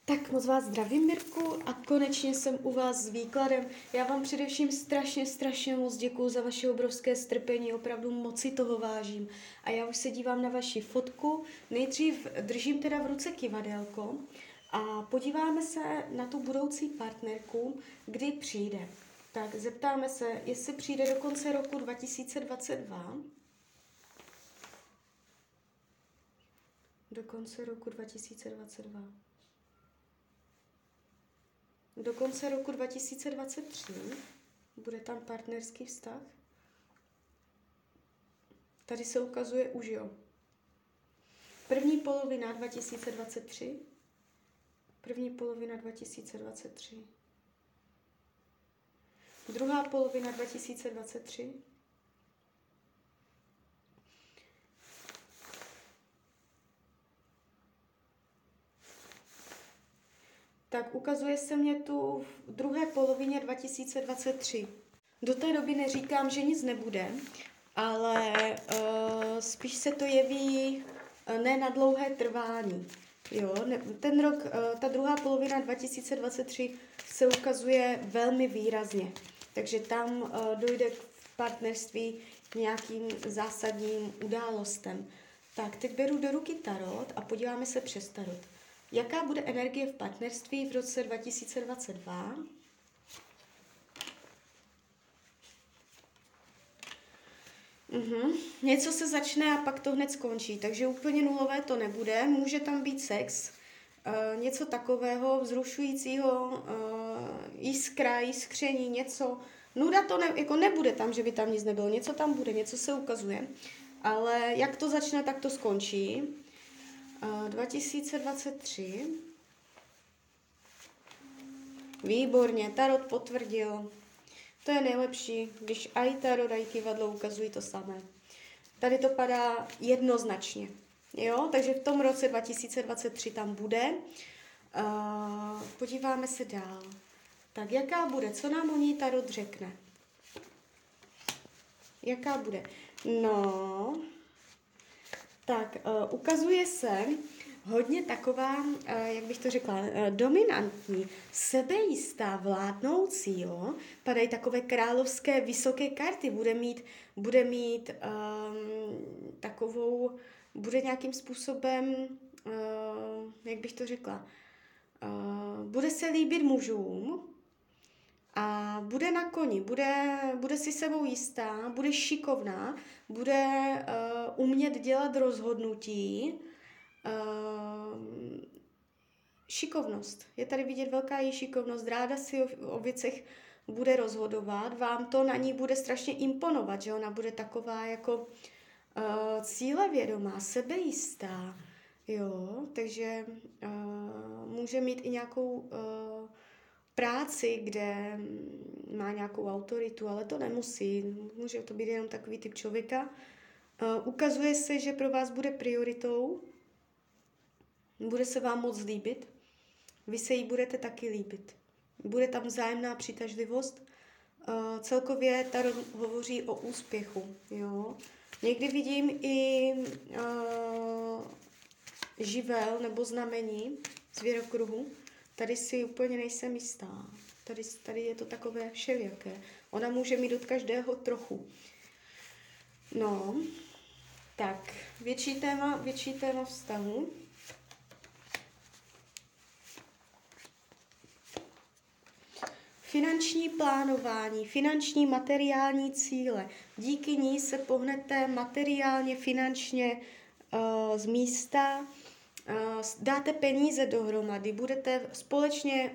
Tak moc vás zdravím, Mirku, a konečně jsem u vás s výkladem. Já vám především strašně moc děkuju za vaše obrovské strpení, opravdu moc si toho vážím. A já už se dívám na vaši fotku. Nejdřív držím teda v ruce kivadelko a podíváme se na tu budoucí partnerku, kdy přijde. Tak zeptáme se, jestli přijde do konce roku 2022. Do konce roku 2022. Do konce roku 2023 bude tam partnerský vztah. Tady se ukazuje už jo. První polovina 2023. První polovina 2023. Druhá polovina 2023. Tak ukazuje se mě tu v druhé polovině 2023. Do té doby neříkám, že nic nebude, ale spíš se to jeví ne na dlouhé trvání. Jo, ten rok, ta druhá polovina 2023 se ukazuje velmi výrazně. Takže tam dojde v partnerství k nějakým zásadním událostem. Tak, teď beru do ruky tarot a podíváme se přes tarot. Jaká bude energie v partnerství v roce 2022? Něco se začne a pak to hned skončí, takže úplně nulové to nebude. Může tam být sex, něco takového vzrušujícího, jiskra, jiskření, něco. Nuda to jako nebude tam, že by tam nic nebylo, něco tam bude, něco se ukazuje. Ale jak to začne, tak to skončí. 2023. Výborně, tarot potvrdil. To je nejlepší, když aj tarot, aj kivadlo ukazují to samé. Tady to padá jednoznačně. Jo? Takže v tom roce 2023 tam bude. Podíváme se dál. Tak jaká bude? Co nám o ní tarot řekne? Jaká bude? No, tak ukazuje se hodně taková, jak bych to řekla, dominantní, sebejistá, vládnoucí, jo. Padají takové královské vysoké karty, bude mít takovou, bude nějakým způsobem, jak bych to řekla, bude se líbit mužům a bude na koni, bude si sebou jistá, bude šikovná, bude umět dělat rozhodnutí. Šikovnost. Je tady vidět velká její šikovnost. Ráda si o věcech bude rozhodovat. Vám to na ní bude strašně imponovat, že ona bude taková jako cílevědomá, sebejistá. Jo, takže může mít i nějakou práci, kde má nějakou autoritu, ale to nemusí. Může to být jenom takový typ člověka. Ukazuje se, že pro vás bude prioritou, bude se vám moc líbit, vy se jí budete taky líbit. Bude tam vzájemná přitažlivost. Celkově tarot hovoří o úspěchu. Jo. Někdy vidím i živel nebo znamení zvěrokruhu. Tady si úplně nejsem jistá. Tady je to takové všelijaké. Ona může mít od každého trochu. No, tak, větší téma vztahu. Finanční plánování, finanční materiální cíle. Díky ní se pohnete materiálně, finančně z místa, dáte peníze dohromady, budete společně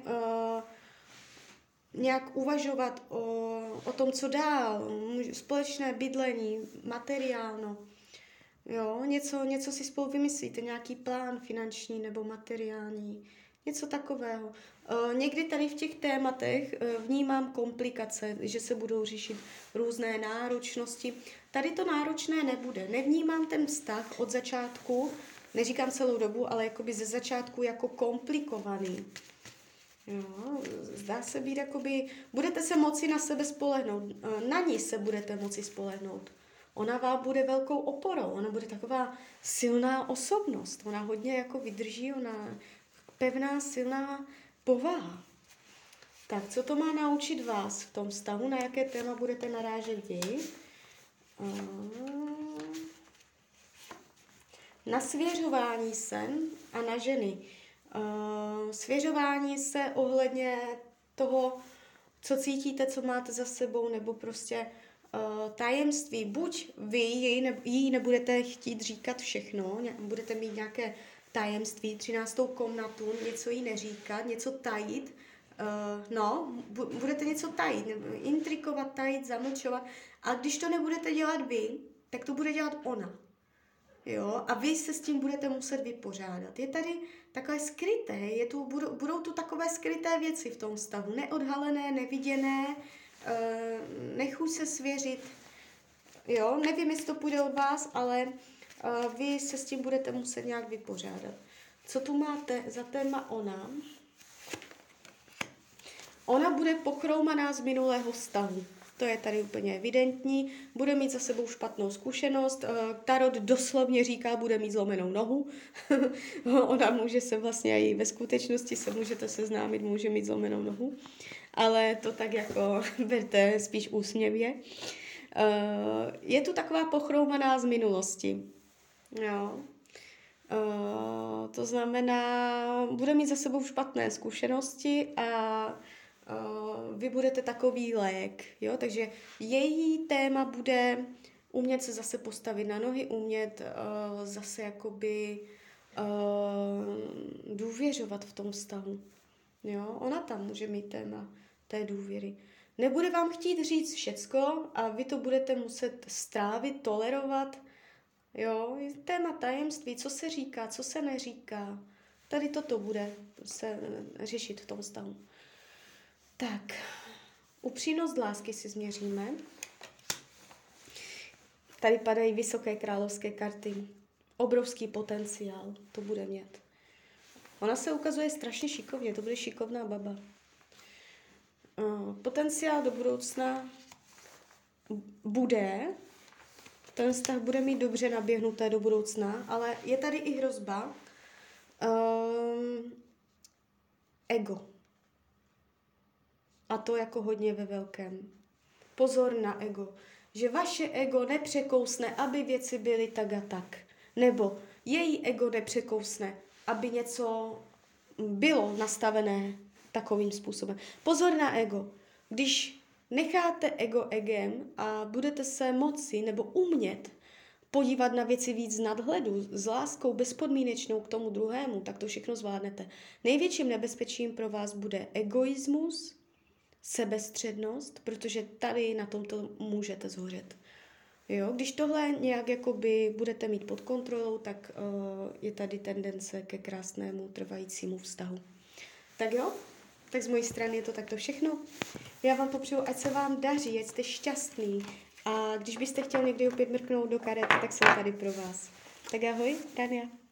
nějak uvažovat o tom, co dál, společné bydlení, materiálno. Jo, něco si spolu vymyslíte, nějaký plán finanční nebo materiální, něco takového. Někdy tady v těch tématech vnímám komplikace, že se budou řešit různé náročnosti. Tady to náročné nebude. Nevnímám ten vztah od začátku, neříkám celou dobu, ale jakoby ze začátku jako komplikovaný. Jo, zdá se být jakoby, budete se moci na sebe spolehnout, na ní se budete moci spolehnout. Ona vám bude velkou oporou, ona bude taková silná osobnost, ona hodně jako vydrží, ona pevná, silná povaha. Tak, co to má naučit vás v tom vztahu, na jaké téma budete narážet vy? Na svěřování se a na ženy. Svěřování se ohledně toho, co cítíte, co máte za sebou, nebo prostě tajemství. Buď vy jí nebudete chtít říkat všechno, budete mít nějaké tajemství, 13. komnatu, něco jí neříkat, něco tajit, budete něco tajit, nebo intrikovat, tajit, zamlčovat, a když to nebudete dělat vy, tak to bude dělat ona. Jo, a vy se s tím budete muset vypořádat. Je tady takové skryté, budou tu takové skryté věci v tom vztahu, neodhalené, neviděné, nechuť se svěřit. Jo, nevím, jestli to půjde od vás, ale vy se s tím budete muset nějak vypořádat. Co tu máte za téma ona? Ona bude pochroumaná z minulého vztahu. To je tady úplně evidentní. Bude mít za sebou špatnou zkušenost. Tarot doslovně říká, bude mít zlomenou nohu. Ona může se vlastně i ve skutečnosti se můžete seznámit, může mít zlomenou nohu. Ale to tak jako berte spíš úsměvě. Je tu taková pochroumaná z minulosti. Jo. To znamená, bude mít za sebou špatné zkušenosti a vy budete takový lék, jo? Takže její téma bude umět se zase postavit na nohy, umět zase jakoby důvěřovat v tom vztahu. Jo? Ona tam může mít téma té důvěry. Nebude vám chtít říct všecko a vy to budete muset strávit, tolerovat. Jo? Téma tajemství, co se říká, co se neříká. Tady toto bude se řešit v tom vztahu. Tak, upřímnost lásky si změříme. Tady padají vysoké královské karty. Obrovský potenciál to bude mít. Ona se ukazuje strašně šikovně, to bude šikovná baba. Potenciál do budoucna bude, ten vztah bude mít dobře naběhnuté do budoucna, ale je tady i hrozba ego. A to jako hodně ve velkém. Pozor na ego. Že vaše ego nepřekousne, aby věci byly tak a tak. Nebo její ego nepřekousne, aby něco bylo nastavené takovým způsobem. Pozor na ego. Když necháte ego egem a budete se moci nebo umět podívat na věci víc z nadhledu, s láskou bezpodmínečnou k tomu druhému, tak to všechno zvládnete. Největším nebezpečím pro vás bude egoismus, sebestřednost, protože tady na tomto můžete zhořet. Jo? Když tohle nějak jakoby budete mít pod kontrolou, tak je tady tendence ke krásnému trvajícímu vztahu. Tak jo? Tak z mojí strany je to takto všechno. Já vám popřeju, ať se vám daří, ať jste šťastný. A když byste chtěl někdy opět mrknout do karet, tak jsem tady pro vás. Tak ahoj, Tania.